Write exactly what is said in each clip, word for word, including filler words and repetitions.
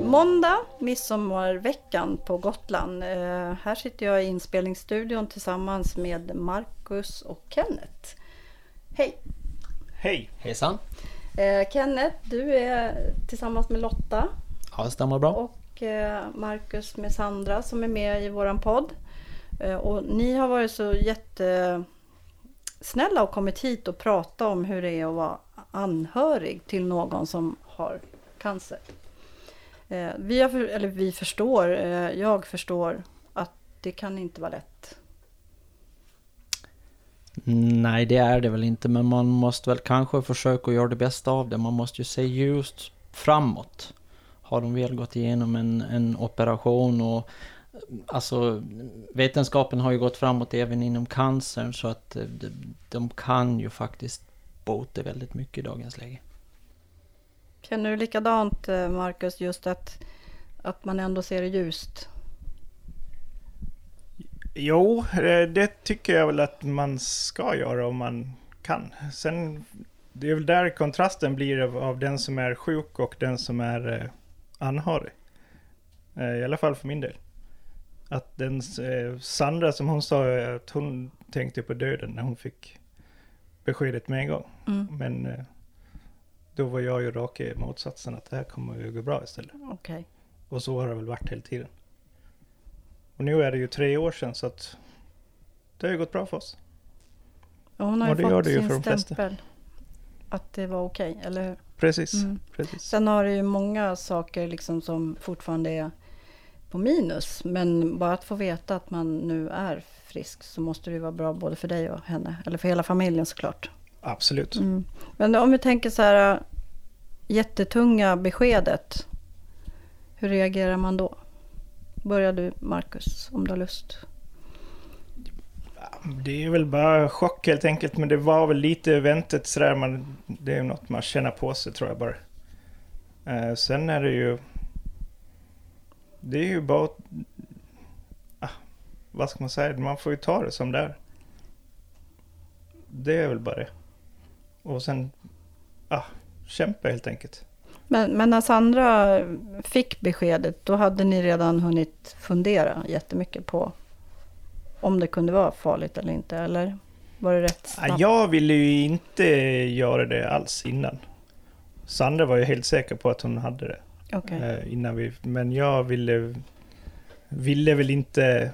måndag, midsommarveckan på Gotland. Eh, här sitter jag i inspelningsstudion tillsammans med Marcus och Kenneth. Hej! Hej! Hejsan! Eh, Kenneth, du är tillsammans med Lotta. Ja, det stämmer bra. Och eh, Marcus med Sandra som är med i våran podd. Eh, och ni har varit så jättesnälla och kommit hit och prata om hur det är att vara anhörig till någon som har cancer. Eh, vi, har för, eller vi förstår, eh, jag förstår att det kan inte vara lätt. Nej, det är det väl inte, men man måste väl kanske försöka göra det bästa av det. Man måste ju se just framåt. Har de väl gått igenom en, en operation och alltså vetenskapen har ju gått framåt även inom cancern, så att de, de kan ju faktiskt bota väldigt mycket i dagens läge. Känner du likadant, Marcus, just att, att man ändå ser det ljust? Jo, det tycker jag väl att man ska göra om man kan. Sen, det är väl där kontrasten blir av, av den som är sjuk och den som är eh, anhörig. Eh, I alla fall för min del. Att den eh, Sandra, som hon sa, att hon tänkte på döden när hon fick beskedet med en gång. Mm. Men eh, då var jag ju raka i motsatsen, att det här kommer ju gå bra istället. Okay. Och så har det väl varit hela tiden. Och nu är det ju tre år sedan, så att det har ju gått bra för oss. Och hon har och ju det fått gör det sin ju för stämpel att det var okej, okay, eller hur? Precis, mm. precis. Sen har det ju många saker liksom som fortfarande är på minus. Men bara att få veta att man nu är frisk, så måste det ju vara bra både för dig och henne. Eller för hela familjen såklart. Absolut. Mm. Men om vi tänker så här, jättetunga beskedet. Hur reagerar man då? Börjar du, Marcus, om du har lust? Det är väl bara chock helt enkelt, men det var väl lite väntet sådär. Man, det är något man känner på sig, tror jag bara. Eh, sen är det ju det är ju bara ah, vad ska man säga, man får ju ta det som det är. Det är väl bara det. Och sen ah, kämpa helt enkelt. Men, men när Sandra fick beskedet, då hade ni redan hunnit fundera jättemycket på om det kunde vara farligt eller inte, eller var det rätt snabbt? Jag ville ju inte göra det alls innan. Sandra var ju helt säker på att hon hade det. Okay. Eh, innan vi, men jag ville ville väl inte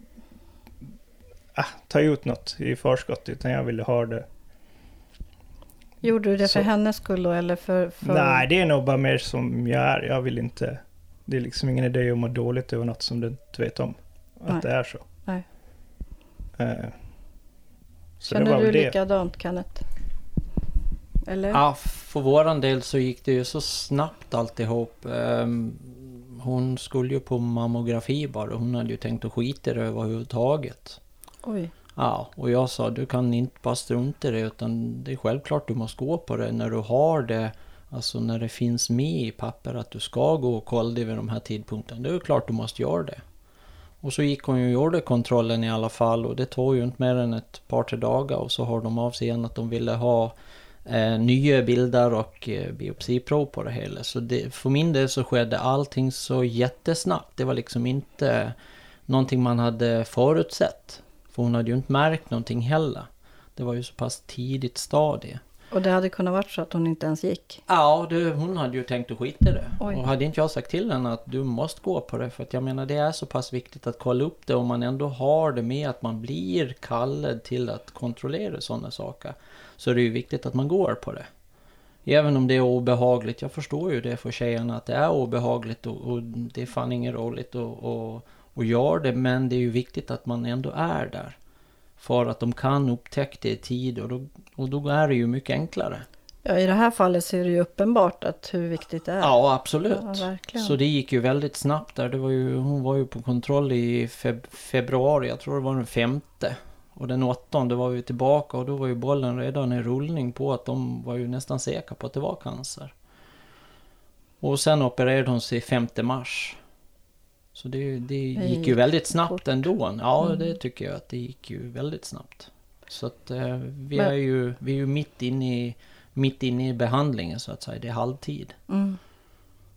ah, ta ut något i förskott, utan jag ville ha det. Gjorde du det Så. för hennes skull då, eller för, för... Nej, det är nog bara mer som jag är. Jag vill inte. Det är liksom ingen idé att må dåligt över något som du inte vet om. Att Nej. det är så. Nej. Eh, så Känner det var du det. likadant, Kenneth? Eller? Ja, för våran del så gick det ju så snabbt alltihop. Um, hon skulle ju på mammografi bara. Hon hade ju tänkt att skita det överhuvudtaget. Oj. Ja, och jag sa, du kan inte bara strunta i det, utan det är självklart du måste gå på det när du har det. Alltså när det finns med i papper att du ska gå och kolla det vid de här tidpunkterna. Det är ju klart du måste göra det. Och så gick hon ju och gjorde kontrollen i alla fall, och det tog ju inte mer än ett par tre dagar, och så har de av sig igen att de ville ha eh, nya bilder och eh, biopsiprov på det hela. Så det, för min del så skedde allting så jättesnabbt. Det var liksom inte någonting man hade förutsett. För hon hade ju inte märkt någonting heller. Det var ju så pass tidigt stadie. Och det hade kunnat vara så att hon inte ens gick? Ja, det, hon hade ju tänkt att skita i det. Oj. Och hade inte jag sagt till henne att du måste gå på det. För att jag menar, det är så pass viktigt att kolla upp det. Om man ändå har det med att man blir kallad till att kontrollera sådana saker. Så det är ju viktigt att man går på det. Även om det är obehagligt. Jag förstår ju det för tjejerna att det är obehagligt. Och, och det är fan inget roligt att och, och göra det. Men det är ju viktigt att man ändå är där. För att de kan upptäcka det i tid, och då, och då är det ju mycket enklare. Ja, i det här fallet så är det ju uppenbart att hur viktigt det är. Ja, absolut. Ja, verkligen. Så det gick ju väldigt snabbt där. Det var ju, hon var ju på kontroll i feb- februari, jag tror det var den femte. Och den åttonde var vi tillbaka, och då var ju bollen redan i rullning på att de var ju nästan säkra på att det var cancer. Och sen opererade hon sig femte mars. Så det, det gick ju väldigt snabbt kort. Ändå. Ja, mm. det tycker jag att det gick ju väldigt snabbt. Så att eh, vi, Men... är ju, vi är ju mitt inne i, mitt inne i behandlingen så att säga. Det är halvtid. Mm.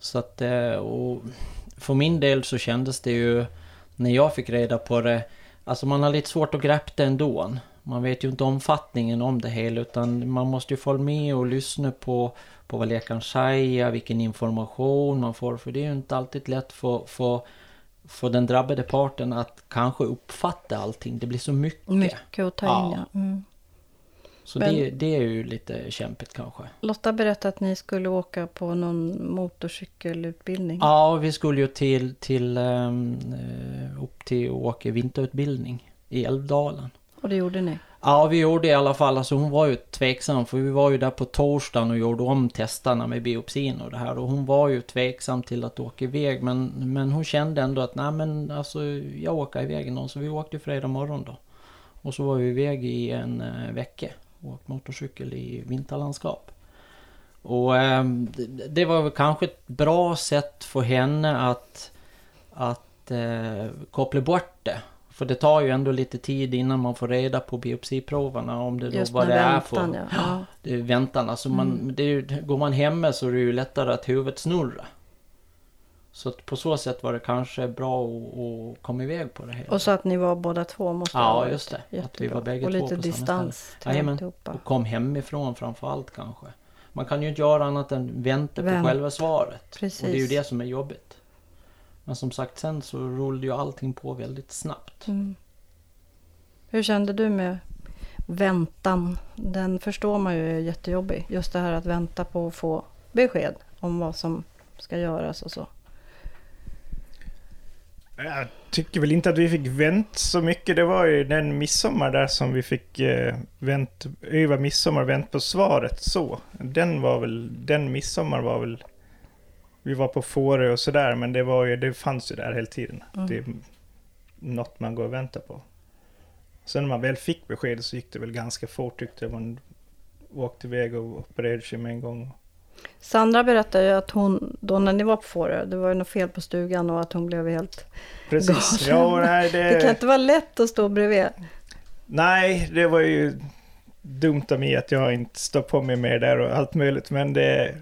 Så att, eh, och för min del så kändes det ju, när jag fick reda på det, alltså man har lite svårt att greppa det ändå. Man vet ju inte omfattningen om det hela, utan man måste ju följa med och lyssna på, på vad läkaren säger, vilken information man får. För det är ju inte alltid lätt för, för, för den drabbade parten att kanske uppfatta allting. Det blir så mycket. Mycket att ta in, ja. Mm. Så Men, det, det är ju lite kämpigt kanske. Lotta berättade att ni skulle åka på någon motorcykelutbildning. Ja, vi skulle ju till, till um, upp till åka vinterutbildning i Älvdalen. Och det gjorde ni? Ja, vi gjorde i alla fall. Alltså hon var ju tveksam, för vi var ju där på torsdagen och gjorde om testarna med biopsin och det här. Och hon var ju tveksam till att åka iväg. Men, men hon kände ändå att nej men alltså jag åker iväg någon. Så vi åkte fredag morgon då. Och så var vi iväg i en uh, vecka och åkte motorcykel i vinterlandskap. Och eh, det, det var väl kanske ett bra sätt för henne att, att eh, koppla bort det. För det tar ju ändå lite tid innan man får reda på biopsiproverna om det då vad det väntan, är för ja. Ja. Det är väntan. Alltså man, mm. det är ju, går man hemma så är det ju lättare att huvudet snurrar. Så att på så sätt var det kanske bra att, att komma iväg på det hela. Och så att ni var båda två måste ja, ha just det. Jättebra. Att vi var bägge och två lite på distans samma ställe. Jajamän. Och kom hemifrån framförallt kanske. Man kan ju inte göra annat än vänta Vänt. på själva svaret. Precis. Och det är ju det som är jobbigt. Men som sagt, sen så rullade ju allting på väldigt snabbt. Mm. Hur kände du med väntan? Den förstår man ju är jättejobbig. Just det här att vänta på att få besked om vad som ska göras och så. Jag tycker väl inte att vi fick vänt så mycket. Det var ju den midsommar där som vi fick eh, vänt, öva midsommar, vänt på svaret så. Den var väl, den midsommar var väl, vi var på Fårö och sådär, men det var ju, det fanns ju där hela tiden. Mm. Det är något man går och väntar på. Sen när man väl fick besked så gick det väl ganska fort, tyckte jag. Man åkte iväg och opererade sig med en gång. Sandra berättade ju att hon, då när ni var på Fårö, det var ju något fel på stugan och att hon blev helt Precis. Ja, nej, det... det kan inte vara lätt att stå bredvid. Nej, det var ju dumt av mig att jag inte står på mig mer där och allt möjligt, men det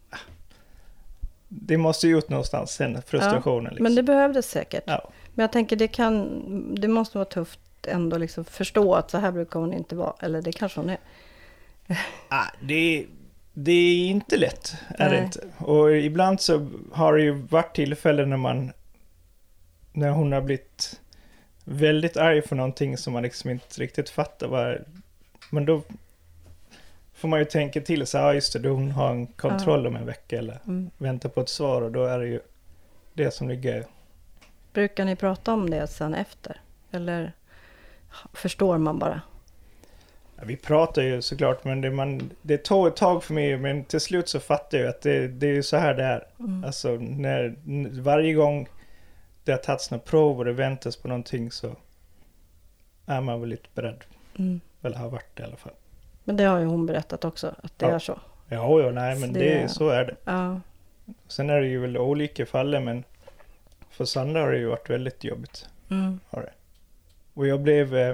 det måste ju ut någonstans sen, frustrationen. Ja, liksom. Men det behövdes säkert. Ja. Men jag tänker det kan, det måste vara tufft ändå liksom förstå att så här brukar hon inte vara, eller det kanske hon är. Ah, det, det är inte lätt, är det inte. Och ibland så har det ju varit tillfällen när man, när hon har blivit väldigt arg för någonting som man liksom inte riktigt fattar vad, men då får man ju tänka till så här, just det, då hon har en kontroll om en vecka eller mm. väntar på ett svar, och då är det ju det som ligger. Brukar ni prata om det sen efter? Eller förstår man bara? Ja, vi pratar ju såklart, men det, man, det tog ett tag för mig, men till slut så fattar jag att det, det är ju så här det är. Mm. Alltså när, varje gång det har tagits några prov och det väntas på någonting så är man väl lite beredd. Mm. Eller har varit det i alla fall. Men det har ju hon berättat också, att det ja. är så. Ja, ja, nej, men det, det, så är det. Ja. Sen är det ju väl olika fall, men för Sandra har det ju varit väldigt jobbigt. Mm. Har det. Och jag blev... Eh,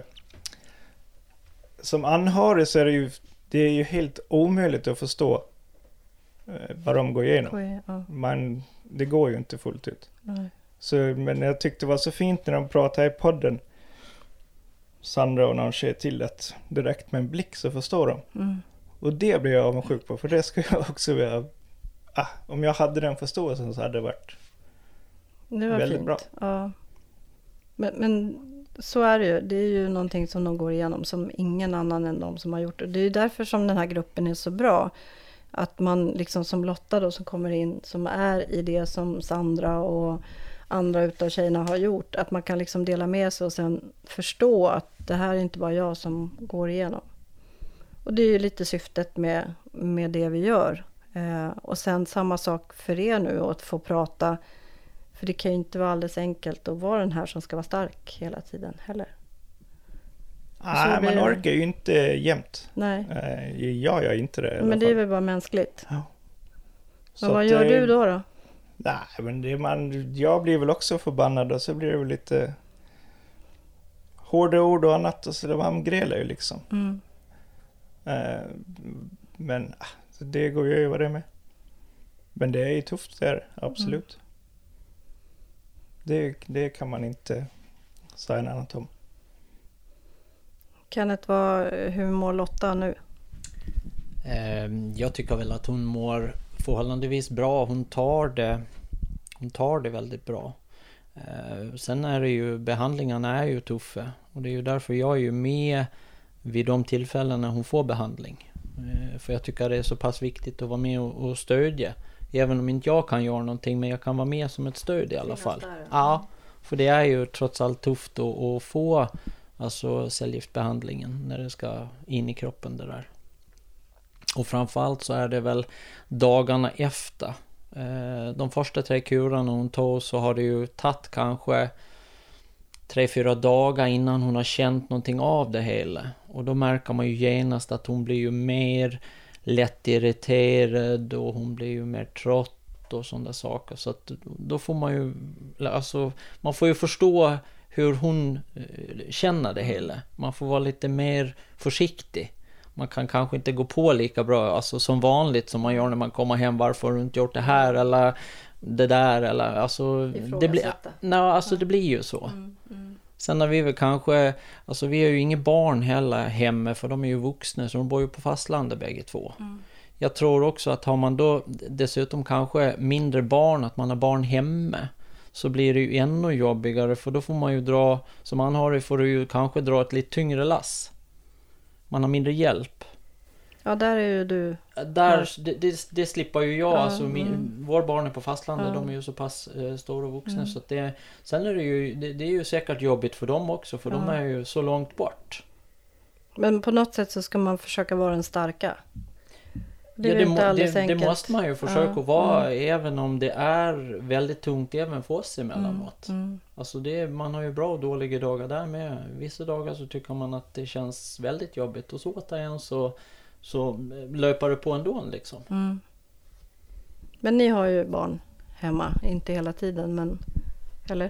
som anhörig så är det ju, det är ju helt omöjligt att förstå eh, vad de går igenom. Ja. Man, det går ju inte fullt ut. Nej. Så, men jag tyckte det var så fint när de pratade i podden, Sandra och någon tjej till, att direkt med en blick så förstår de. Mm. Och det blir jag avundsjuk på, för det ska jag också vilja... Ah, om jag hade den förståelsen så hade det varit det var väldigt fint. bra. Ja. Men, men så är det ju. Det är ju någonting som de går igenom som ingen annan än de som har gjort det. Det är ju därför som den här gruppen är så bra. Att man liksom som Lotta då som kommer in, som är i det som Sandra och andra utav tjejerna har gjort. Att man kan liksom dela med sig och sen förstå att det här är inte bara jag som går igenom. Och det är ju lite syftet med, med det vi gör. Eh, och sen samma sak för er nu, att få prata. För det kan ju inte vara alldeles enkelt att vara den här som ska vara stark hela tiden heller. Nej, man orkar ju inte jämt. Nej. Eh, jag gör inte det. Men det är väl bara mänskligt. Ja. Men vad gör det, du då då? Nej, men det man, jag blir väl också förbannad, och så blir det väl lite hårda ord och annat, och så det man grälar ju liksom. Mm. Eh, men det går ju över det med. Men det är ju tufft där, absolut. Mm. Det, det kan man inte säga något annat om. Kenneth, vad, hur mår Lotta nu? Jag tycker väl att hon mår förhållandevis bra. Hon tar det, hon tar det väldigt bra. Sen är det ju, behandlingarna är ju tuffa. Och det är ju därför jag är ju med vid de tillfällen när hon får behandling. För jag tycker det är så pass viktigt att vara med och, och stödja. Även om inte jag kan göra någonting, men jag kan vara med som ett stöd i alla fall. Ja, för det är ju trots allt tufft att, att få alltså cellgiftbehandlingen när det ska in i kroppen det där. Och framförallt så är det väl dagarna efter. De första tre kurerna hon tog så har det ju tagit kanske tre, fyra dagar innan hon har känt någonting av det hela. Och då märker man ju genast att hon blir ju mer lätt irriterad och hon blir ju mer trött och sådana saker. Så att då får man ju, alltså man får ju förstå hur hon känner det hela. Man får vara lite mer försiktig. Man kan kanske inte gå på lika bra alltså som vanligt som man gör när man kommer hem. Varför har du inte gjort det här eller det där eller alltså det blir nej, alltså det blir ju så. Mm, mm. Sen har vi väl kanske alltså vi har ju inga barn heller hemma för de är ju vuxna så de bor ju på fastlandet bägge två. Mm. Jag tror också att har man då dessutom kanske mindre barn, att man har barn hemma, så blir det ju ännu jobbigare för då får man ju dra, som anhörig får du ju kanske dra ett lite tyngre lass. Man har mindre hjälp. Ja, där är ju du. Där, det, det, det slipper ju jag. Ja, alltså, min, mm. Vår barn är på fastlandet, ja. De är ju så pass eh, stora och vuxna. Mm. Så att det, sen är det ju, det, det är ju säkert jobbigt för dem också, för ja. De är ju så långt bort. Men på något sätt så ska man försöka vara den starka. Det, ja, det, må, det, det måste man ju försöka ja. Vara, mm. även om det är väldigt tungt även för oss emellanåt. Mm. Mm. Alltså det, man har ju bra och dåliga dagar där med. Vissa dagar så tycker man att det känns väldigt jobbigt och så återigen så så löper det på ändå liksom. Mm. Men ni har ju barn hemma, inte hela tiden, men eller?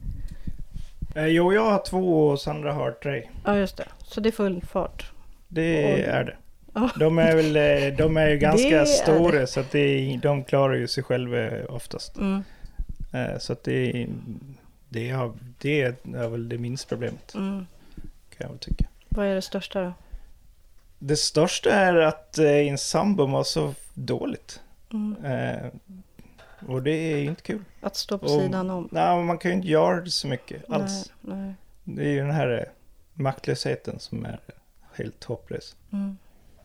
Eh, jo, jag har två och Sandra har tre. Ja, just det. Så det är full fart. Det och... är det. Oh. De är väl de är ju ganska stora så att det, de klarar ju sig själva oftast. Mm. Eh, så att det det är, det är väl det minsta problemet. Mm. Kan jag väl tycka. Vad är det största då? Det största är att eh, en sambo mår så dåligt. Mm. Eh, och det är ju inte kul. Att stå på och, sidan om. Nej, man kan ju inte göra så mycket alls. Nej, nej. Det är ju den här eh, maktlösheten som är helt hopplös. Mm.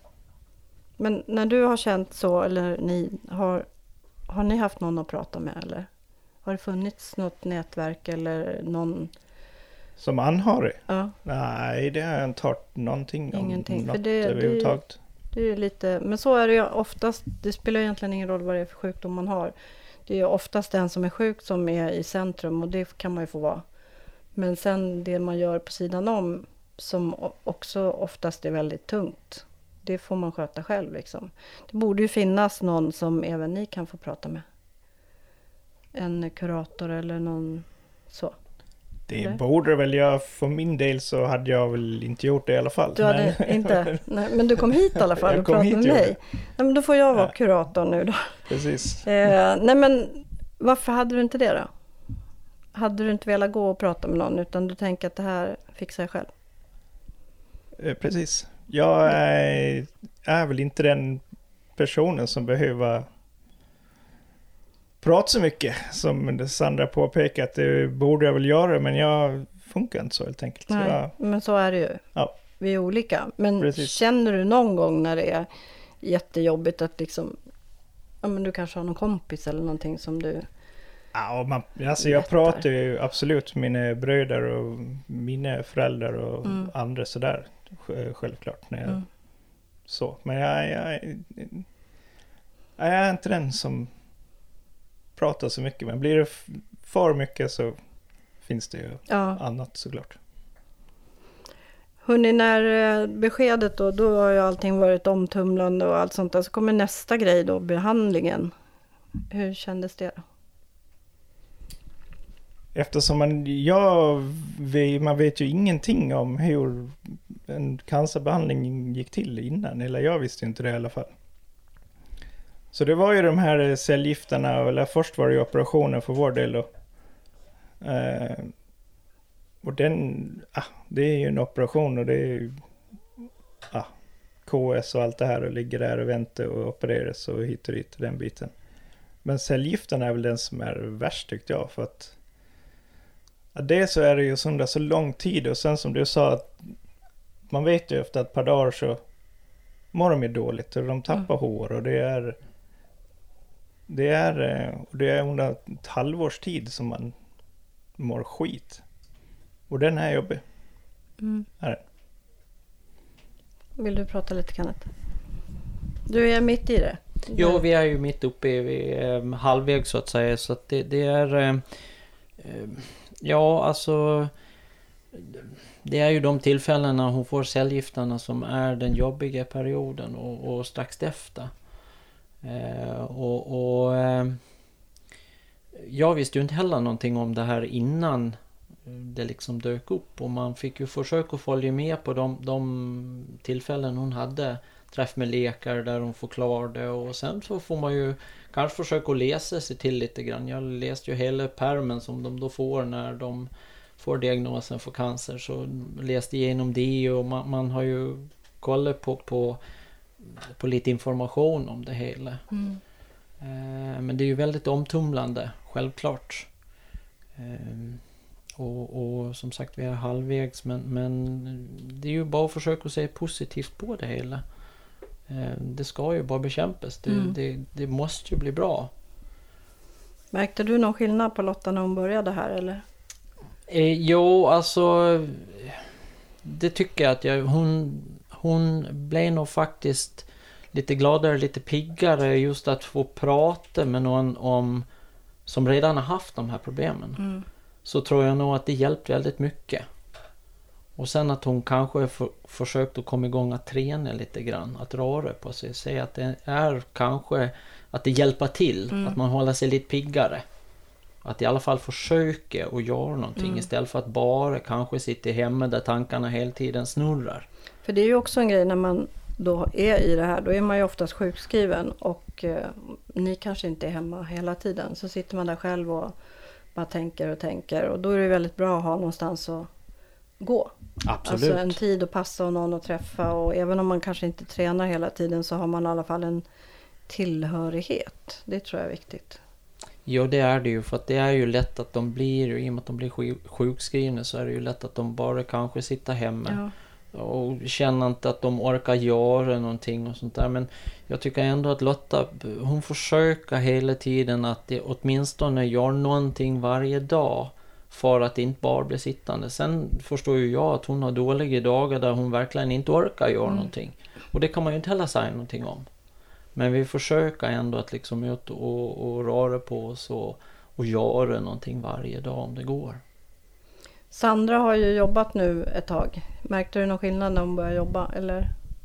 Men när du har känt så, eller ni har, har ni haft någon att prata med, eller? Har det funnits något nätverk eller någon... Som anhörig? Ja. Nej, det har jag inte hört någonting om. Ingenting, något för det, överhuvudtaget. Det, det är lite, men så är det ju oftast, det spelar egentligen ingen roll vad det är för sjukdom man har. Det är ju oftast den som är sjuk som är i centrum och det kan man ju få vara. Men sen det man gör på sidan om som också oftast är väldigt tungt, det får man sköta själv liksom. Det borde ju finnas någon som även ni kan få prata med. En kurator eller någon så. Det eller? Borde väl jag, för min del så hade jag väl inte gjort det i alla fall. Du hade men... inte, nej, men du kom hit i alla fall och pratade med mig. Nej, men då får jag vara ja. Kurator nu då. Precis. Eh, nej men varför hade du inte det då? Hade du inte velat gå och prata med någon utan du tänker att det här fixar jag själv? Eh, precis. Jag är, är väl inte den personen som behöver prata så mycket som Sandra påpekat. Det borde jag väl göra, men jag funkar inte så helt enkelt. Nej, jag... men så är det ju. Ja. Vi är olika. Men precis. Känner du någon gång när det är jättejobbigt att liksom, ja men du kanske har någon kompis eller någonting som du... Ja, man, alltså jag pratar ju absolut med mina bröder och mina föräldrar och mm. andra sådär. Självklart. När jag, mm. så. Men jag, jag, jag är inte den som pratar så mycket. Men blir det för mycket så finns det ju ja. Annat såklart. Hörrni, när beskedet då, då har ju allting varit omtumlande och allt sånt där. Så kommer nästa grej då, behandlingen. Hur kändes det då? Eftersom man, jag, man vet ju ingenting om hur en cancerbehandling gick till innan. Eller jag visste inte det i alla fall. Så det var ju de här cellgifterna, eller först var det ju operationen för vår del då. Eh, och den, ah, det är ju en operation och det är ju ah, K S och allt det här och ligger där och väntar och opereras och hit och dit den biten. Men cellgifterna är väl den som är värst tyckte jag, för att ja, det så är det ju så, så lång tid och sen som du sa att man vet ju efter ett par dagar så mår de ju dåligt och de tappar mm. hår och det är det är och det är under ett halvårs tid som man mår skit. Och den är jobbig. Mm. Är det. Mm. Vill du prata lite, Kenneth? Du är mitt i det. Jo, vi är ju mitt uppe i vi är halvväg så att säga, så att det, det är eh, ja, alltså det är ju de tillfällena hon får cellgifterna som är den jobbiga perioden och, och strax efter. Eh, och och eh, jag visste ju inte heller någonting om det här innan det liksom dök upp, och man fick ju försöka följa med på de, de tillfällen hon hade träff med läkare där hon förklarade, och sen så får man ju kanske försöka läsa sig till lite grann. Jag läste ju hela pärmen som de då får när de får diagnosen för cancer, så läste igenom det, och man, man har ju kollat på, på, på lite information om det hela. Mm. Eh, men det är ju väldigt omtumlande, självklart. Eh, och, och som sagt, vi är halvvägs, men, men det är ju bara att försöka se positivt på det hela. Eh, det ska ju bara bekämpas. Det, mm. det, det måste ju bli bra. Märkte du någon skillnad på Lotta när hon började här, eller? Eh, jo, alltså det tycker jag att jag, hon, hon blev nog faktiskt lite gladare, lite piggare just att få prata med någon om som redan har haft de här problemen. Mm. Så tror jag nog att det hjälpt väldigt mycket. Och sen att hon kanske för, försökt att komma igång att träna lite grann, att röra på sig, säga att det är kanske att det hjälper till, mm. att man håller sig lite piggare. Att i alla fall försöka att göra någonting mm. istället för att bara kanske sitta hemma där tankarna hela tiden snurrar. För det är ju också en grej när man då är i det här, då är man ju oftast sjukskriven och eh, ni kanske inte är hemma hela tiden. Så sitter man där själv och bara tänker och tänker, och då är det väldigt bra att ha någonstans att gå. Absolut. Alltså en tid att passa och någon att träffa, och även om man kanske inte tränar hela tiden så har man i alla fall en tillhörighet. Det tror jag är viktigt. Jo, det är det ju, för att det är ju lätt att de blir, i och med att de blir sjukskrivna så är det ju lätt att de bara kanske sitter hemma. Ja. Och känner inte att de orkar göra någonting och sånt där. Men jag tycker ändå att Lotta, hon försöker hela tiden att det åtminstone gör någonting varje dag för att det inte bara blir sittande. Sen förstår ju jag att hon har dåliga dagar där hon verkligen inte orkar göra mm. någonting. Och det kan man ju inte heller säga någonting om. Men vi försöker ändå att liksom ut och, och röra på oss och, och göra någonting varje dag om det går. Sandra har ju jobbat nu ett tag. Märkte du någon skillnad när hon började jobba? Eller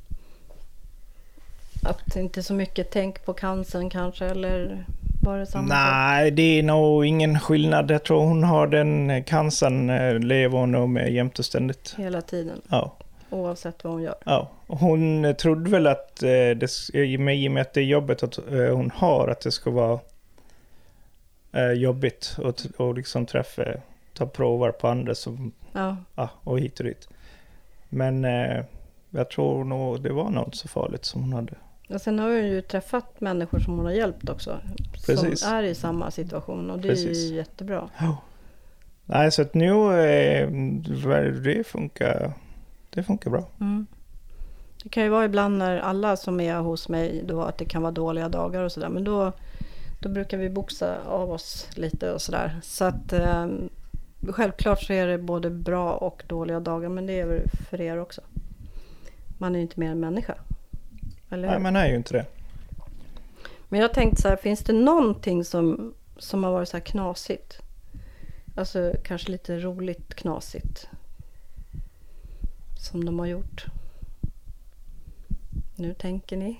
att inte så mycket tänk på cancern kanske? Eller var det samma? Nej, det är nog ingen skillnad. Jag tror hon har den cancern, lever hon nog med jämt och ständigt. Hela tiden? Ja. Oavsett vad hon gör? Ja. Hon trodde väl att det, i och med att det jobbet att hon har, att det ska vara jobbigt och, och liksom träffa, ta prover på andra som, ja. Ja, och hit och dit. Men eh, jag tror nog det var något så farligt som hon hade. Och sen har hon ju träffat människor som hon har hjälpt också. Precis. Som är i samma situation, och det Precis. är ju jättebra. Ja. Nej, så att nu eh, det funkar det funkar bra. Mm. Det kan ju vara ibland när alla som är hos mig då att det kan vara dåliga dagar och sådär, men då, då brukar vi boxa av oss lite och sådär. Så att eh, självklart så är det både bra och dåliga dagar, men det är väl för er också. Man är ju inte mer en människa. Eller? Nej, man är ju inte det. Men jag tänkte så här, finns det någonting som, som har varit så här knasigt? Alltså kanske lite roligt knasigt. Som de har gjort. Nu tänker ni.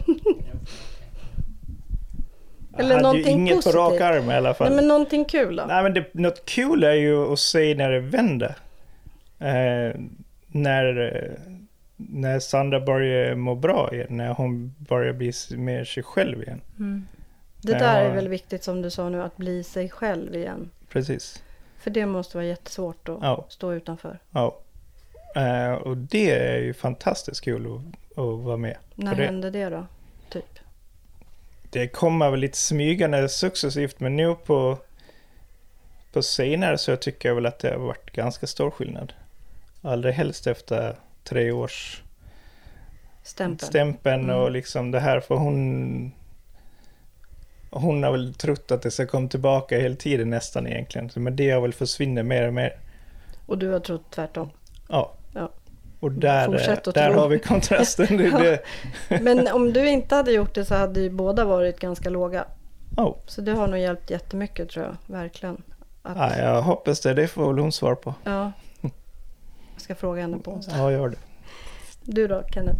Eller jag någonting hade ju inget positivt. på rak arm i alla fall. Nej, men någonting kul då? Nej, men det, något kul är ju att se när det vänder. Eh, när, när Sandra börjar må bra igen, när hon börjar bli mer sig själv igen. Mm. Det När där jag är har- väl viktigt som du sa nu, att bli sig själv igen. Precis. För det måste vara jättesvårt att Ja. stå utanför. Ja. Eh, och det är ju fantastiskt kul att, att vara med. När det. hände det då? Typ. Det kommer väl lite smygande successivt, men nu på, på senare så tycker jag väl att det har varit ganska stor skillnad. Allra helst efter tre års Stämpeln. stämpeln Mm. och liksom det här, för hon hon har väl trott att det ska komma tillbaka hela tiden nästan egentligen, men det har väl försvunnit mer och mer. Och du har trott tvärtom. Ja. Ja. Och där, Fortsätt att där tro. har vi kontrasten. Det, det, Men om du inte hade gjort det så hade ju båda varit ganska låga. oh. Så det har nog hjälpt jättemycket tror jag. Verkligen. Att, Ja, jag hoppas det. Det får väl hon svar på. ja. Jag ska fråga henne på onsdag. Ja, gör det. Du då, Kenneth?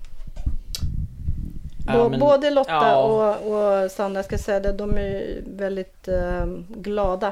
Ja, Bå- men- Både Lotta ja. och, och Sandra, ska säga det, de är ju väldigt eh, glada.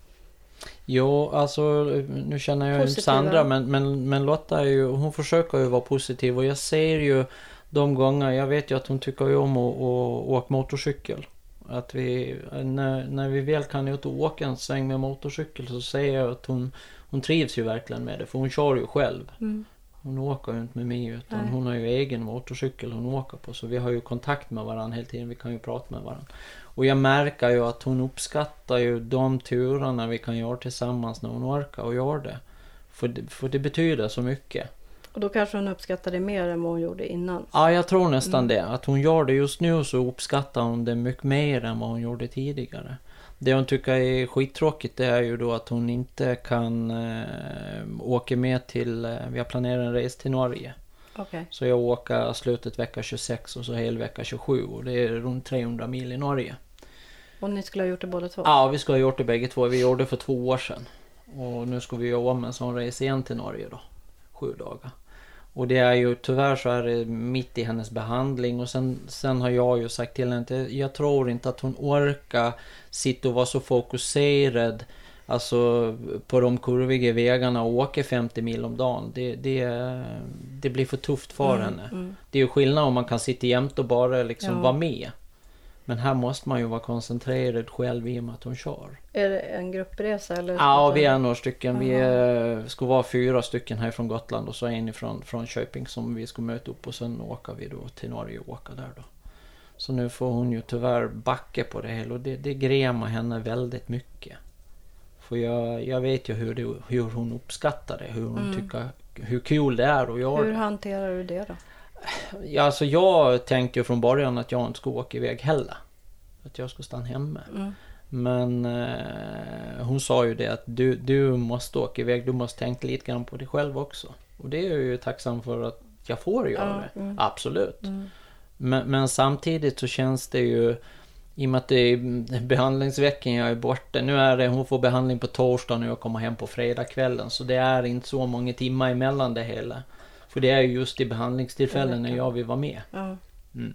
Jo, alltså nu känner jag ju inte Positiva. Sandra, men, men, men Lotta är ju, hon försöker ju vara positiv och jag ser ju de gånger, jag vet ju att hon tycker ju om att, att åka motorcykel. Att vi, när, när vi väl kan ut och åka en sväng med motorcykel så ser jag att hon, hon trivs ju verkligen med det, för hon kör ju själv. Mm. Hon åker ju inte med mig, utan Nej. hon har ju egen motorcykel hon åker på. Så vi har ju kontakt med varandra hela tiden, vi kan ju prata med varandra. Och jag märker ju att hon uppskattar ju de turerna vi kan göra tillsammans när hon orkar och gör det. För, det- för det betyder så mycket. Och då kanske hon uppskattar det mer än vad hon gjorde innan. Ja, jag tror nästan Mm. det. Att hon gör det just nu så uppskattar hon det mycket mer än vad hon gjorde tidigare. Det hon tycker är skittråkigt det är ju då att hon inte kan äh, åka med till, äh, vi har planerat en resa till Norge. Okej. Så jag åker slutet vecka tjugosex och så hel vecka tjugosju och det är runt trehundra mil i Norge. Och ni skulle ha gjort det båda två? Ja, vi ska ha gjort det bägge två. Vi gjorde det för två år sedan. Och nu ska vi göra om en sån resa igen till Norge då. Sju dagar. Och det är ju, tyvärr så är det mitt i hennes behandling. Och sen, sen har jag ju sagt till henne att jag, jag tror inte att hon orkar sitta och vara så fokuserad. Alltså på de kurviga vägarna och åka femtio mil om dagen. Det, det, det blir för tufft för Mm, henne. mm. Det är ju skillnad om man kan sitta jämt och bara liksom Ja. vara med. Men här måste man ju vara koncentrerad själv i och med att hon kör. Är det en gruppresa eller? Ja, vi är några stycken. Vi Aha. är, ska vara fyra stycken här från Gotland och så en ifrån, från Köping som vi ska möta upp och sen åker vi då till Norge och åka där då. Så nu får hon ju tyvärr backa på det hela och det, det grämar henne väldigt mycket. För jag, jag vet ju hur, det, hur hon uppskattar det, hur hon Mm. tycker, hur kul det är att göra Hur det. hanterar du det då? Ja, alltså jag tänkte ju från början att jag inte skulle åka iväg heller. Att jag skulle stanna hemma. Mm. Men eh, hon sa ju det att du, du måste åka iväg, du måste tänka lite grann på dig själv också. Och det är jag ju tacksam för att jag får göra Ja, det. mm. Absolut. Mm. Men, men samtidigt så känns det ju, i och med att det är behandlingsveckan jag är borta. Nu är det, hon får behandling på torsdagen och jag kommer hem på fredagskvällen. Så det är inte så många timmar emellan det hela. För det är ju just i behandlingstillfällen när jag vill vara med. Ja. Mm.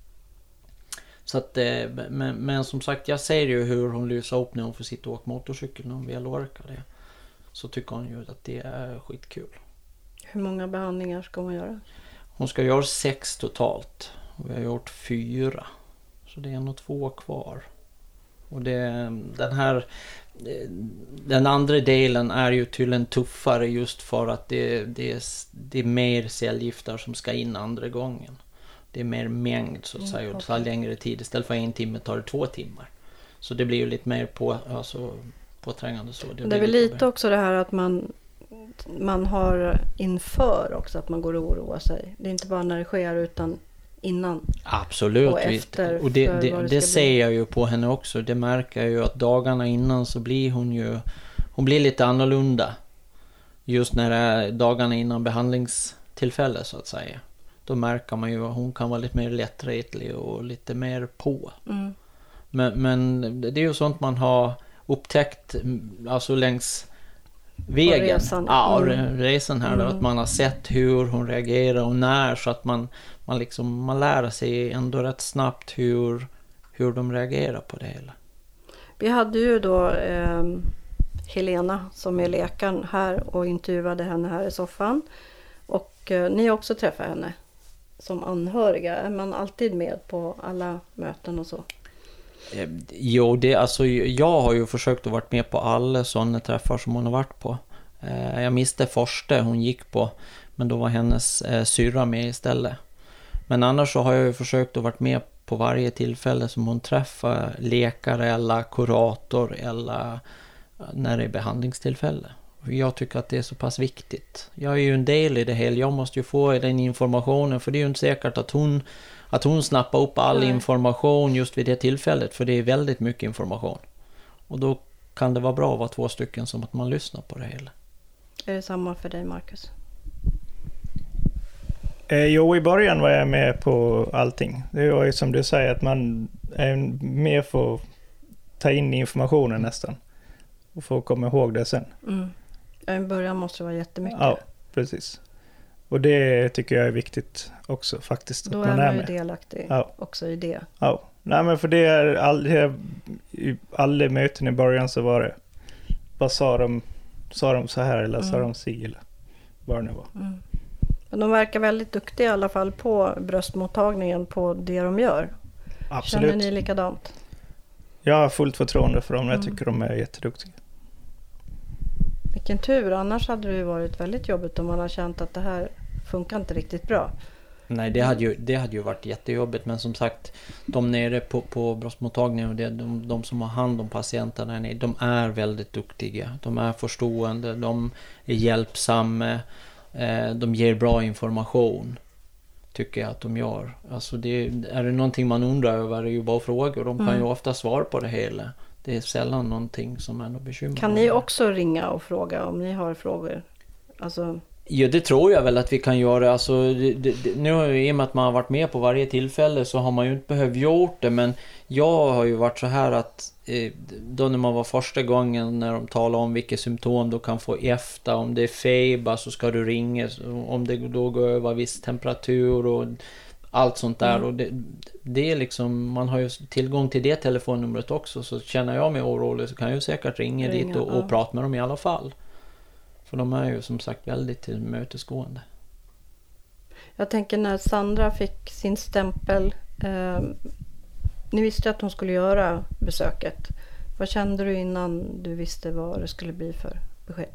Så att, eh, men, men som sagt, jag ser ju hur hon lyser upp när hon får sitta och åka motorcykel när hon väl orkar det. Så tycker hon ju att det är skitkul. Hur många behandlingar ska hon göra? Hon ska göra sex totalt. Och vi har gjort fyra. Så det är nog två kvar. Och det, den här den andra delen är ju tydligen tuffare just för att det, det, är, det är mer cellgifter som ska in andra gången. Det är mer mängd så att Mm, säga och det tar okej. längre tid. Istället för en timme tar det två timmar. Så det blir ju lite mer på, alltså, påträngande så. Det, blir är väl lite jobbigare. också det här att man, man har inför också att man går och oroar sig. Det är inte bara när det sker utan innan. Absolut. Och visst. efter och det, för det, vad det det ska ser bli. jag ju på henne också. Det märker jag ju att dagarna innan så blir hon ju hon blir lite annorlunda. Just när det är dagarna innan behandlingstillfälle så att säga. Då märker man ju att hon kan vara lite mer lättretlig och lite mer på. Mm. Men, men det är ju sånt man har upptäckt mm, alltså längs vägen. resan. Ja, Mm. re- resan här då, Mm. att man har sett hur hon reagerar och när så att man man liksom man lär sig ändå rätt snabbt hur hur de reagerar på det hela. Vi hade ju då eh, Helena som är läkaren här och intervjuade henne här i soffan. Och eh, ni har också träffat henne som anhöriga. Är man alltid med på alla möten och så? Eh, jo, det, alltså, jag har ju försökt att vara med på alla sådana träffar som hon har varit på. Eh, jag miste första hon gick på, men då var hennes eh, syrra med istället. Men annars så har jag ju försökt att vara med på varje tillfälle som hon träffar läkare eller kurator eller när det är behandlingstillfälle. Jag tycker att det är så pass viktigt. Jag är ju en del i det hela. Jag måste ju få den informationen, för det är ju inte säkert att hon, att hon snappar upp all Nej. information just vid det tillfället, för det är väldigt mycket information. Och då kan det vara bra att vara två stycken som att man lyssnar på det hela. Är det samma för dig, Marcus? Eh, jo, i början var jag med på allting. Det var ju som du säger, att man är med för att ta in informationen nästan. Och få komma ihåg det sen. Mm. I början måste det vara jättemycket. Ja, precis. Och det tycker jag är viktigt också faktiskt. Då att man är man är ju med. delaktig Ja. också i det. Ja, nej men för det är all, i alla möten i början så var det, vad sa de, sa de så här eller mm. sa de si eller vad det nu var. Mm. Men de verkar väldigt duktiga i alla fall på bröstmottagningen, på det de gör. Absolut. Känner ni likadant? Jag har fullt förtroende för dem. Jag Mm. tycker de är jätteduktiga. Vilken tur, annars hade det ju varit väldigt jobbigt om man har känt att det här funkar inte riktigt bra. Nej, det hade ju, det hade ju varit jättejobbigt, men som sagt, de nere på, på bröstmottagningen och det, de, de som har hand om patienterna nere, de är väldigt duktiga. De är förstående, de är hjälpsamma, eh, de ger bra information, tycker jag att de gör. Alltså det, är det någonting man undrar över, det är ju bara frågor. De kan mm. ju ofta svara på det hela. Det är sällan någonting som är något bekymmer. Kan ni också ringa och fråga om ni har frågor? Alltså... Ja, det tror jag väl att vi kan göra. Alltså, det, det, nu i och med att man har varit med på varje tillfälle så har man ju inte behövt gjort det. Men jag har ju varit så här att eh, då när man var första gången när de talade om vilka symptom du kan få efter. Om det är feber så ska du ringa. Om det då går över viss temperatur och allt sånt där. Mm. Och det, det är liksom, man har ju tillgång till det telefonnumret också. Så känner jag mig orolig så kan jag ju säkert ringa, ringa dit och, och ja. prata med dem i alla fall. För de är ju som sagt väldigt tillmötesgående. Jag tänker när Sandra fick sin stämpel. Eh, ni visste att hon skulle göra besöket. Vad kände du innan du visste vad det skulle bli för besked?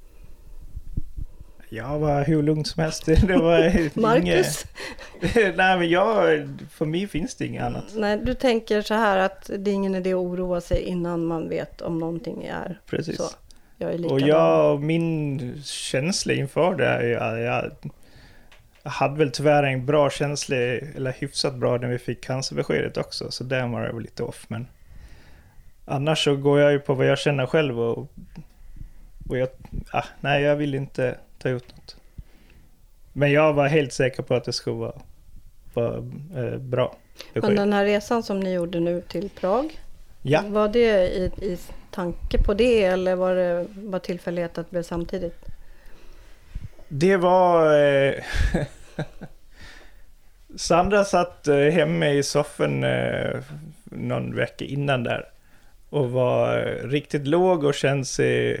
Jag var hur lugnt som helst. Det var Marcus? Inget... Nej, men jag, för mig finns det inget annat. Nej, du tänker så här att det är ingen idé att oroa sig innan man vet om någonting är Precis. Så. Jag är och jag, min känsla inför det, jag, jag, jag hade väl tyvärr en bra känsla, eller hyfsat bra när vi fick cancerbeskedet också, så där var det väl lite off, men annars så går jag ju på vad jag känner själv och, och jag, ah, nej jag vill inte ta ut något. Men jag var helt säker på att det skulle vara, vara eh, bra besked. Men den här resan som ni gjorde nu till Prag, ja. var det i, i tanke på det eller var det var tillfällighet att det blev samtidigt? Det var eh, Sandra satt eh, hemma i soffan eh, någon vecka innan där och var eh, riktigt låg och kände sig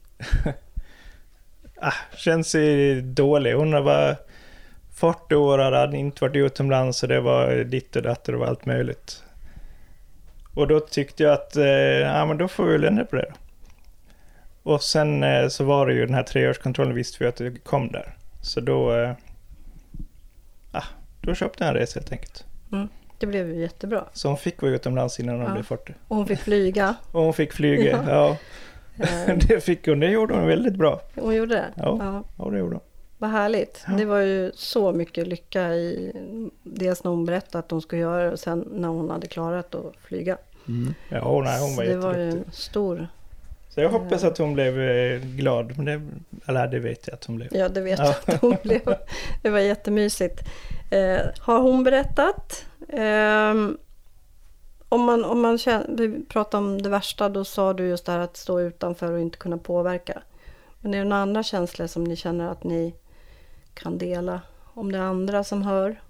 ah, kände sig dålig. Hon var fyrtio år och hade inte varit utomlands, så det var ditt och datter och allt möjligt. Och då tyckte jag att eh, ja, men då får vi väl ändra på det då. Och sen eh, så var det ju den här treårskontrollen, visste vi att det kom där. Så då eh, ah, då köpte jag en resa helt enkelt. Mm, det blev ju jättebra. Så hon fick vara utomlands innan hon ja. blev fyrtio. Och hon fick flyga. Och hon fick flyga, ja. ja. det fick hon, det gjorde hon väldigt bra. Hon gjorde det? Ja, ja. ja det gjorde hon. Vad härligt. Ja. Det var ju så mycket lycka i dels när hon berättade att hon skulle göra det och sen när hon hade klarat att flyga. Mm. Ja, nej, hon var det jätteduktig. var ju en stor... Så jag hoppas att hon blev glad. Men det, eller det vet jag att hon blev. Ja, det vet jag att hon blev. Det var jättemysigt. Eh, har hon berättat? Eh, om man, om man känner, vi pratar om det värsta, då sa du just det här att stå utanför och inte kunna påverka. Men är det några andra känslor som ni känner att ni kan dela? Om det är andra som hör?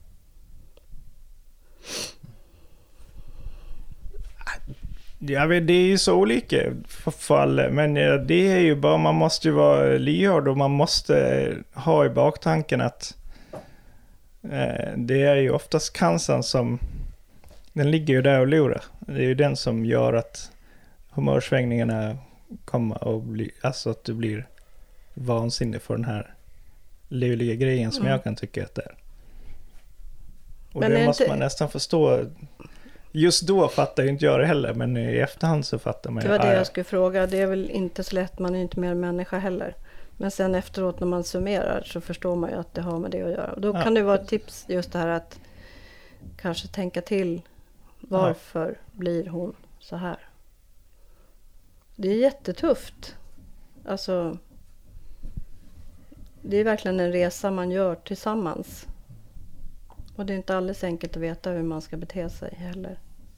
Jag vet, det är ju så olika fall, men det är ju bara, man måste ju vara lyhörd och man måste ha i baktanken att eh, det är ju oftast cancern som, den ligger ju där och lurar. Det är ju den som gör att humörsvängningarna kommer och bli, alltså att du blir vansinnig för den här livliga grejen som mm. jag kan tycka att det är. Och men det måste inte... man nästan förstå. Just då fattar ju inte jag det heller, men i efterhand så fattar man ju. Det var det jag skulle fråga. Det är väl inte så lätt, man är inte mer människa heller. Men sen efteråt när man summerar så förstår man ju att det har med det att göra. Och då ja. kan det vara ett tips just det här att kanske tänka till. Varför ja. blir hon så här? Det är jättetufft. Alltså, det är verkligen en resa man gör tillsammans. Och det är inte alldeles enkelt att veta hur man ska bete sig heller.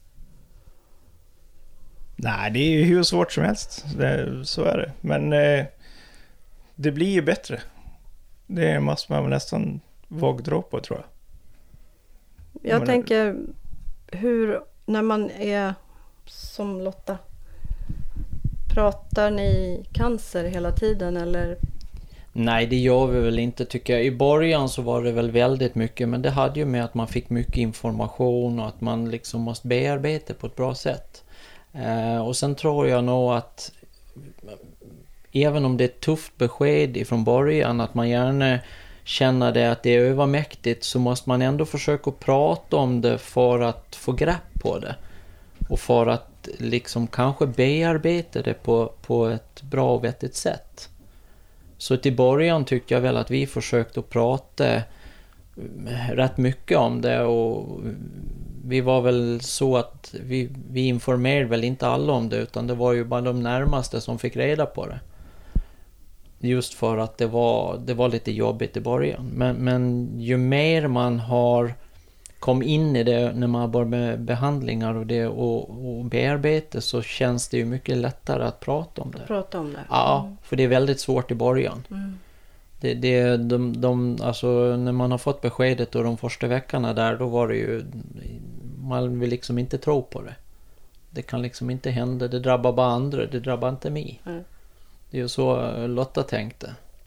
Nej, det är ju hur svårt som helst. Det, så är det. Men eh, det blir ju bättre. Det måste man nästan våga dra på, tror jag. Jag men, tänker, hur, när man är som Lotta, pratar ni cancer hela tiden eller? Nej, det gör vi väl inte tycker jag. I början så var det väl väldigt mycket, men det hade ju med att man fick mycket information och att man liksom måste bearbeta på ett bra sätt. Eh, och sen tror jag nog att även om det är ett tufft besked ifrån början, att man gärna känner det att det är övermäktigt, så måste man ändå försöka prata om det för att få grepp på det. Och för att liksom kanske bearbeta det på, på ett bra och vettigt sätt. Så till början tyckte jag väl att vi försökte att prata rätt mycket om det, och vi var väl så att vi, vi informerade väl inte alla om det, utan det var ju bara de närmaste som fick reda på det. Just för att det var, det var lite jobbigt i början. Men, men ju mer man har kom in i det när man började med behandlingar och det och, och bearbete, så känns det ju mycket lättare att prata om det. Prata om det. Ja, mm. för det är väldigt svårt i början. Mm. Det, det, de, de, alltså, när man har fått beskedet och de första veckorna där, då var det ju, man vill liksom inte tro på det. Det kan liksom inte hända, det drabbar bara andra, det drabbar inte mig. Mm. Det är ju så Lotta tänkte.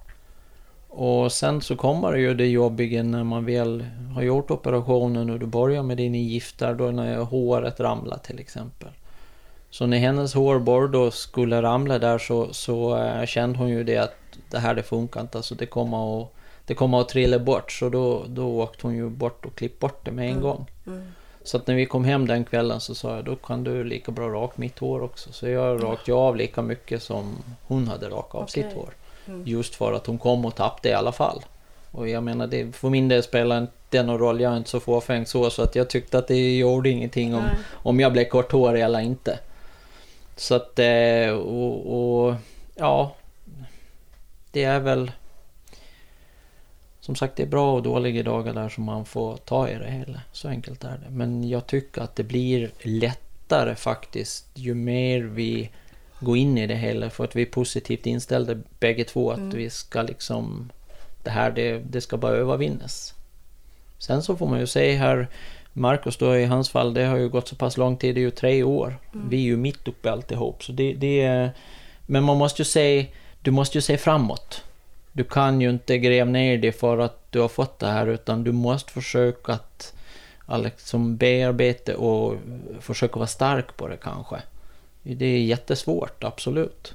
Och sen så kommer det ju det jobbiga när man väl har gjort operationen och du börjar med din gifter, då när håret ramlar till exempel. Så när hennes hårborr då skulle ramla där, så, så äh, kände hon ju det att det här det funkar inte, alltså det kommer att, det kommer att trilla bort. Så då, då åkte hon ju bort och klippte bort det med en mm. gång. Mm. Så att när vi kom hem den kvällen så sa jag, då kan du lika bra raka mitt hår också. Så jag rakade mm. av lika mycket som hon hade rakat av okay. sitt hår. Mm. Just för att hon kom och tappade i alla fall. Och jag menar, det, för min del spelar inte någon roll. Jag är inte så fåfäng så, så att jag tyckte att det gjorde ingenting om, om jag blev kort hår eller inte. Så att, och, och ja, det är väl som sagt, det är bra och dåliga dagar där som man får ta i det hela. Så enkelt är det. Men jag tycker att det blir lättare faktiskt ju mer vi gå in i det hela, för att vi är positivt inställda bägge två, att mm. vi ska liksom det här, det, det ska bara övervinnas. Sen så får man ju säga här, Marcus då i hans fall, det har ju gått så pass lång tid, det är ju tre år. Mm. Vi är ju mitt uppe alltihop, så det, det är, men man måste ju säga, du måste ju se framåt. Du kan ju inte gräva ner det för att du har fått det här, utan du måste försöka att liksom bearbeta och försöka vara stark på det kanske. Det är jättesvårt, absolut.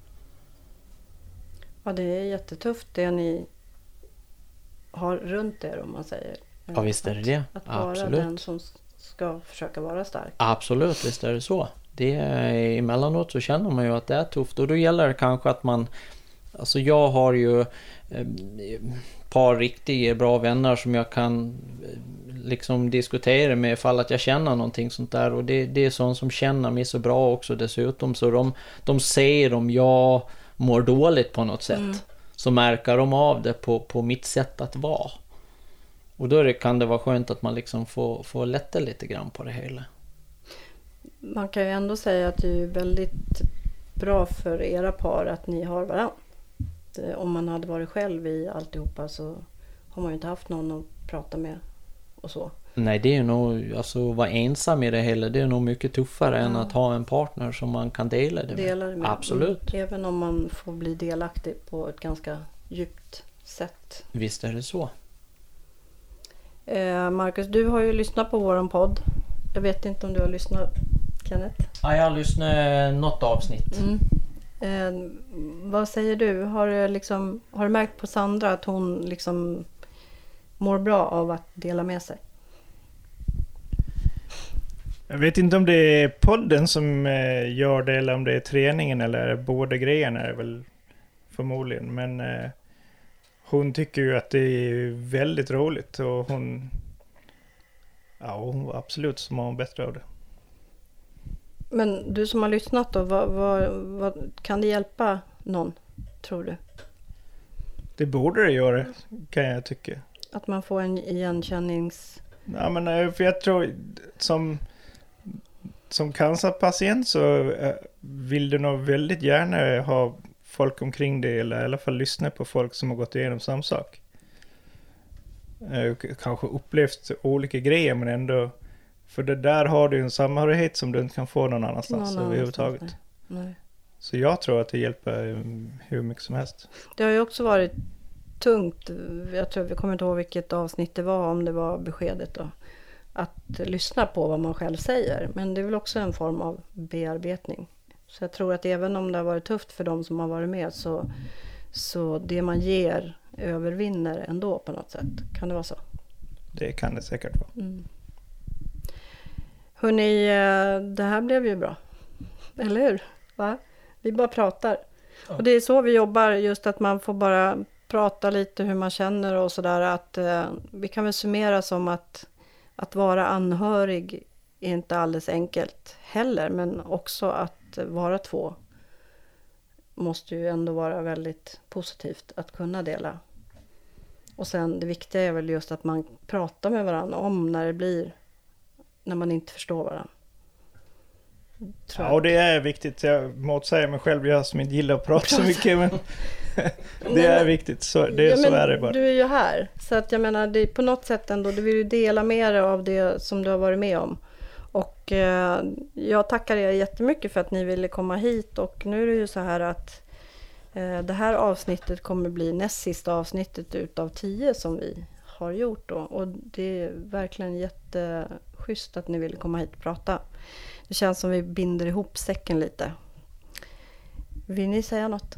Ja, det är jättetufft det ni har runt er, om man säger. Ja, visst är det det. Att, att vara absolut. Den som ska försöka vara stark. Absolut, visst är det så. Det är, emellanåt så känner man ju att det är tufft, och då gäller det kanske att man, alltså jag har ju eh, par riktigt bra vänner som jag kan liksom diskutera med ifall att jag känner någonting sånt där, och det, det är sånt som känner mig så bra också dessutom, så de, de ser om jag mår dåligt på något sätt, mm. så märker de av det på, på mitt sätt att vara, och då är det, kan det vara skönt att man liksom får, får lätta lite grann på det hela. Man kan ju ändå säga att det är väldigt bra för era par att ni har varandra. Om man hade varit själv i alltihopa så har man ju inte haft någon att prata med och så. Nej, det är nog, alltså att vara ensam i det hela, det är nog mycket tuffare Ja. än att ha en partner som man kan dela det med. Dela det med. Absolut. Mm. Även om man får bli delaktig på ett ganska djupt sätt. Visst är det så. Eh, Marcus, du har ju lyssnat på våran podd. Jag vet inte om du har lyssnat, Kenneth? Ja, jag lyssnade något avsnitt. Mm. Eh, vad säger du? Har du, liksom, har du märkt på Sandra att hon liksom mår bra av att dela med sig? Jag vet inte om det är podden som eh, gör det eller om det är träningen eller båda grejerna är väl förmodligen. Men eh, hon tycker ju att det är väldigt roligt och hon, ja, hon var absolut som har hon bättre av det. Men du som har lyssnat då, vad, vad, vad, kan det hjälpa någon, tror du? Det borde det göra, kan jag tycka. Att man får en igenkännings... Ja, men eh, för jag tror som, som cancerpatient så eh, vill du nog väldigt gärna ha folk omkring dig eller i alla fall lyssna på folk som har gått igenom samma sak. Eh, kanske upplevt olika grejer men ändå, för det där har du en samhörighet som du inte kan få någon annanstans Någon överhuvudtaget. annanstans, nej. Så jag tror att det hjälper eh, hur mycket som helst. Det har ju också varit tungt, jag tror vi kommer inte ihåg vilket avsnitt det var, om det var beskedet då, att lyssna på vad man själv säger. Men det är väl också en form av bearbetning. Så jag tror att även om det har varit tufft för de som har varit med så, så det man ger övervinner ändå på något sätt. Kan det vara så? Det kan det säkert vara. Mm. Hörrni, det här blev ju bra. Eller hur? Va? Vi bara pratar. Ja. Och det är så vi jobbar, just att man får bara prata lite hur man känner och sådär. Att eh, vi kan väl summera som att, att vara anhörig är inte alldeles enkelt heller. Men också att vara två måste ju ändå vara väldigt positivt att kunna dela. Och sen det viktiga är väl just att man pratar med varandra om när det blir, när man inte förstår varandra. Ja, och det är viktigt. Jag motsäger mig själv, jag som inte gillar att prata så mycket, men det är viktigt. Så, det, ja, så är det bara. Du är ju här, så att jag menar, det är på något sätt ändå, du vill ju dela med dig av det som du har varit med om. Och eh, jag tackar er jättemycket för att ni ville komma hit, och nu är det ju så här att eh, det här avsnittet kommer bli näst sista avsnittet utav tio som vi har gjort då. Och det är verkligen jätteschysst att ni ville komma hit och prata. Det känns som vi binder ihop säcken lite. Vill ni säga något?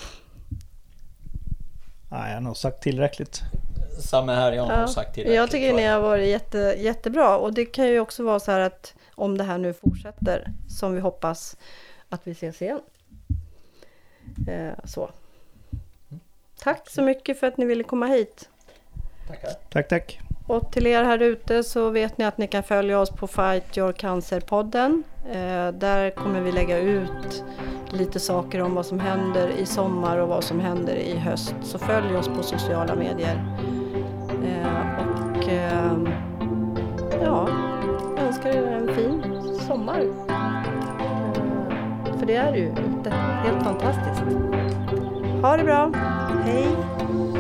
Nej, jag har nog sagt tillräckligt. Samma här, jag har Ja, nog sagt tillräckligt. jag tycker ni har varit jätte, jättebra. Och det kan ju också vara så här att om det här nu fortsätter, som vi hoppas, att vi ses igen. Eh, så. Tack så mycket för att ni ville komma hit. Tackar. Tack, tack. Och till er här ute så vet ni att ni kan följa oss på Fight Your Cancer-podden. Eh, där kommer vi lägga ut lite saker om vad som händer i sommar och vad som händer i höst. Så följ oss på sociala medier. Eh, och eh, ja, jag önskar er en fin sommar. Eh, för det är ju ute. Helt fantastiskt. Ha det bra. Hej!